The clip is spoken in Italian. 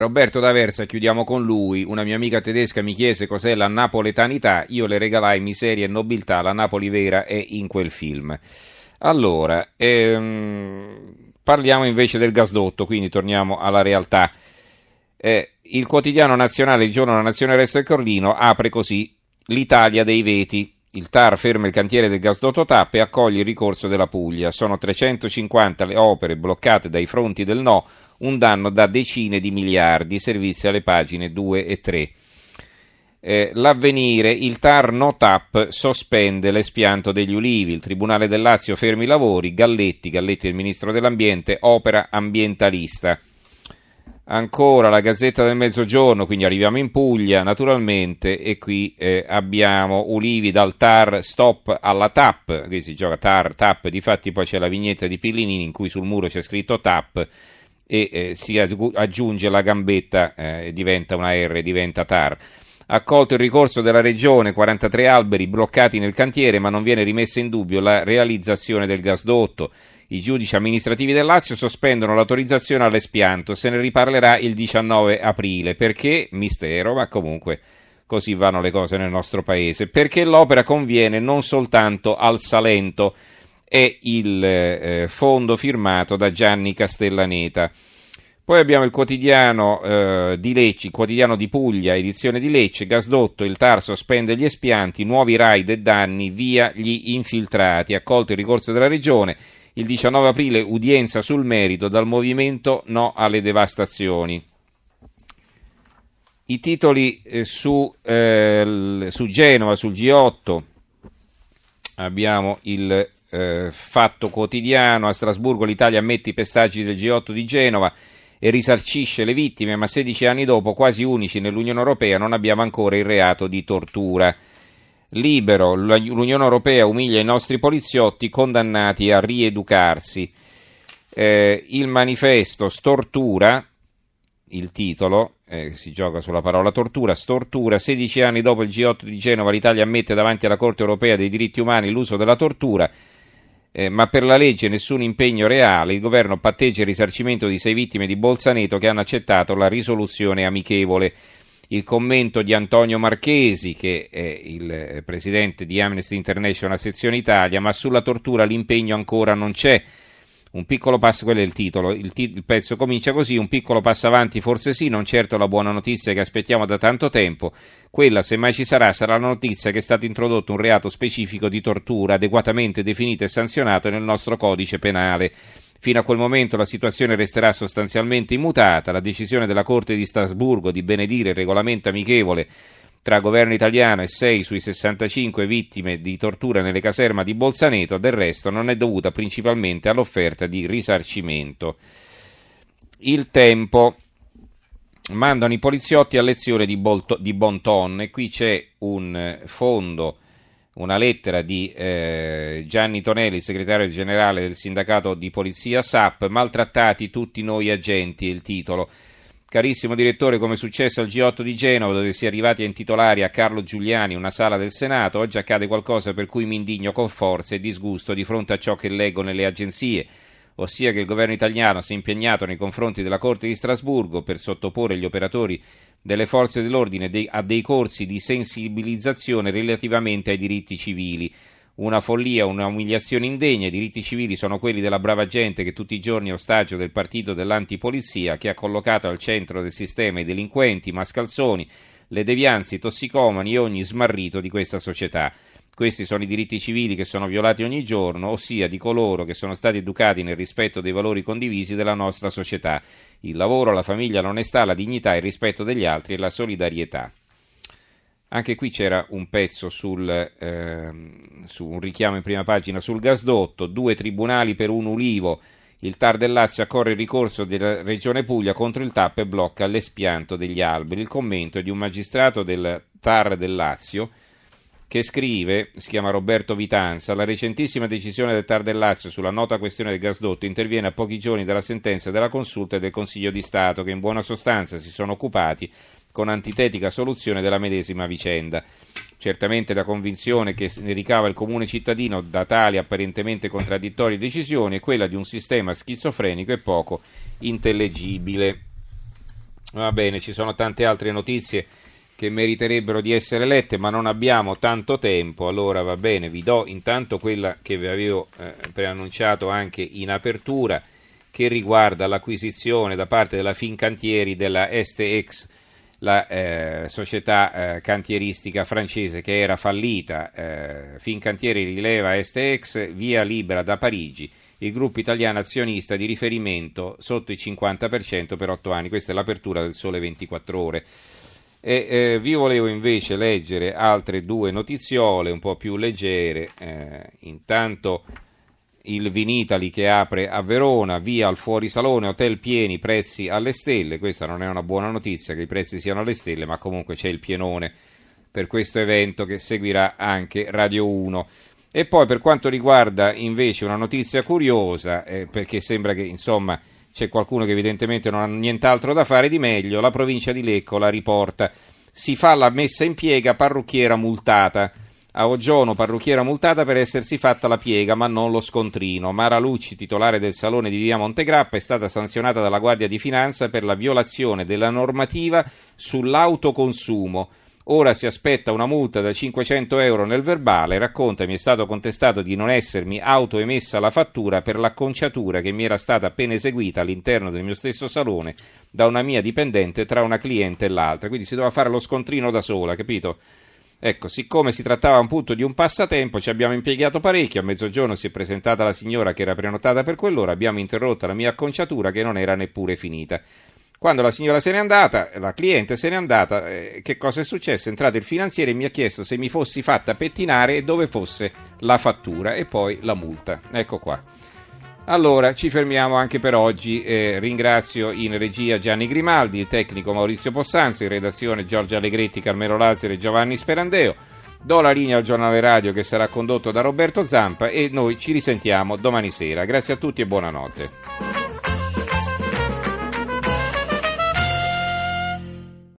Roberto D'Aversa, chiudiamo con lui. Una mia amica tedesca mi chiese cos'è la napoletanità, io le regalai miseria e nobiltà, la Napoli vera è in quel film. Allora, parliamo invece del gasdotto, quindi torniamo alla realtà. Il quotidiano nazionale, il giorno della Nazione, il Resto del Carlino, apre così: l'Italia dei veti. Il TAR ferma il cantiere del gasdotto TAP e accoglie il ricorso della Puglia. Sono 350 le opere bloccate dai fronti del no, un danno da decine di miliardi. Servizi alle pagine 2 e 3. L'Avvenire, il TAR no TAP sospende l'espianto degli ulivi. Il Tribunale del Lazio ferma i lavori. Galletti è il ministro dell'ambiente, opera ambientalista. Ancora la Gazzetta del Mezzogiorno, quindi arriviamo in Puglia naturalmente, e qui abbiamo ulivi dal TAR, stop alla TAP. Qui si gioca TAR, TAP, difatti poi c'è la vignetta di Pillinini in cui sul muro c'è scritto TAP e si aggiunge la gambetta, diventa una R, diventa TAR. Accolto il ricorso della Regione, 43 alberi bloccati nel cantiere, ma non viene rimessa in dubbio la realizzazione del gasdotto. I giudici amministrativi del Lazio sospendono l'autorizzazione all'espianto, se ne riparlerà il 19 aprile. Perché? Mistero, ma comunque così vanno le cose nel nostro paese. Perché l'opera conviene non soltanto al Salento, è il fondo firmato da Gianni Castellaneta. Poi abbiamo il quotidiano di Lecce, il quotidiano di Puglia, edizione di Lecce, gasdotto, il TAR sospende gli espianti, nuovi raid e danni, via gli infiltrati, accolto il ricorso della Regione, il 19 aprile udienza sul merito dal movimento no alle devastazioni. I titoli su Genova, sul G8, abbiamo il Fatto Quotidiano, a Strasburgo l'Italia ammette i pestaggi del G8 di Genova e risarcisce le vittime, ma 16 anni dopo, quasi unici nell'Unione Europea, non abbiamo ancora il reato di tortura. Libero, l'Unione Europea umilia i nostri poliziotti condannati a rieducarsi. Il Manifesto, stortura, il titolo, si gioca sulla parola tortura, stortura, 16 anni dopo il G8 di Genova l'Italia ammette davanti alla Corte Europea dei diritti umani l'uso della tortura, ma per la legge nessun impegno reale, il governo patteggia il risarcimento di 6 vittime di Bolzaneto che hanno accettato la risoluzione amichevole. Il commento di Antonio Marchesi, che è il presidente di Amnesty International sezione Italia, ma sulla tortura l'impegno ancora non c'è. Un piccolo passo, quello è il titolo, il pezzo comincia così: un piccolo passo avanti forse sì, non certo la buona notizia che aspettiamo da tanto tempo, quella se mai ci sarà la notizia che è stato introdotto un reato specifico di tortura adeguatamente definito e sanzionato nel nostro codice penale. Fino a quel momento la situazione resterà sostanzialmente immutata, la decisione della Corte di Strasburgo di benedire il regolamento amichevole tra governo italiano e 6 sui 65 vittime di tortura nelle caserme di Bolzaneto, del resto, non è dovuta principalmente all'offerta di risarcimento. Il Tempo, mandano i poliziotti a lezione di bon ton, e qui c'è un fondo, una lettera di Gianni Tonelli, segretario generale del sindacato di polizia SAP, maltrattati tutti noi agenti, è il titolo. Carissimo direttore, come è successo al G8 di Genova, dove si è arrivati a intitolare a Carlo Giuliani una sala del Senato, oggi accade qualcosa per cui mi indigno con forza e disgusto di fronte a ciò che leggo nelle agenzie, ossia che il governo italiano si è impegnato nei confronti della Corte di Strasburgo per sottoporre gli operatori delle forze dell'ordine a dei corsi di sensibilizzazione relativamente ai diritti civili. Una follia, una umiliazione indegna. I diritti civili sono quelli della brava gente che tutti i giorni è ostaggio del partito dell'antipolizia, che ha collocato al centro del sistema i delinquenti, i mascalzoni, le devianze, i tossicomani e ogni smarrito di questa società. Questi sono i diritti civili che sono violati ogni giorno, ossia di coloro che sono stati educati nel rispetto dei valori condivisi della nostra società: il lavoro, la famiglia, l'onestà, la dignità, il rispetto degli altri e la solidarietà. Anche qui c'era un pezzo su un richiamo in prima pagina sul gasdotto, 2 tribunali per un ulivo, il TAR del Lazio accorre il ricorso della Regione Puglia contro il TAP e blocca l'espianto degli alberi. Il commento è di un magistrato del TAR del Lazio che scrive, si chiama Roberto Vitanza: la recentissima decisione del TAR del Lazio sulla nota questione del gasdotto interviene a pochi giorni dalla sentenza della Consulta e del Consiglio di Stato, che in buona sostanza si sono occupati con antitetica soluzione della medesima vicenda. Certamente la convinzione che ne ricava il comune cittadino da tali apparentemente contraddittorie decisioni è quella di un sistema schizofrenico e poco intellegibile. Va bene, ci sono tante altre notizie che meriterebbero di essere lette, ma non abbiamo tanto tempo, allora va bene, vi do intanto quella che vi avevo preannunciato anche in apertura, che riguarda l'acquisizione da parte della Fincantieri della STX, la società cantieristica francese che era fallita. Fincantieri rileva STX, via libera da Parigi, il gruppo italiano azionista di riferimento sotto il 50% per 8 anni. Questa è l'apertura del Sole 24 Ore. Vi volevo invece leggere altre due notiziole un po' più leggere. Intanto il Vinitali che apre a Verona, via al fuorisalone, hotel pieni, prezzi alle stelle. Questa non è una buona notizia che i prezzi siano alle stelle, ma comunque c'è il pienone per questo evento che seguirà anche Radio 1. E poi per quanto riguarda invece una notizia curiosa, perché sembra che insomma c'è qualcuno che evidentemente non ha nient'altro da fare di meglio, la provincia di Lecco la riporta, si fa la messa in piega parrucchiera multata. A Oggione parrucchiera multata per essersi fatta la piega ma non lo scontrino. Mara Lucci, titolare del salone di via Montegrappa, è stata sanzionata dalla Guardia di Finanza per la violazione della normativa sull'autoconsumo. Ora si aspetta una multa da 500 euro nel verbale. Racconta: mi è stato contestato di non essermi autoemessa la fattura per l'acconciatura che mi era stata appena eseguita all'interno del mio stesso salone da una mia dipendente tra una cliente e l'altra. Quindi si doveva fare lo scontrino da sola, capito? Ecco, siccome si trattava appunto di un passatempo, ci abbiamo impiegato parecchio. A mezzogiorno si è presentata la signora che era prenotata per quell'ora, abbiamo interrotto la mia acconciatura che non era neppure finita. Quando la signora se n'è andata, la cliente se n'è andata, che cosa è successo? È entrato il finanziere e mi ha chiesto se mi fossi fatta pettinare e dove fosse la fattura e poi la multa. Ecco qua. Allora, ci fermiamo anche per oggi. Ringrazio in regia Gianni Grimaldi, il tecnico Maurizio Possanzi, in redazione Giorgio Allegretti, Carmelo Lazzaro e Giovanni Sperandeo. Do la linea al giornale radio che sarà condotto da Roberto Zampa e noi ci risentiamo domani sera. Grazie a tutti e buonanotte.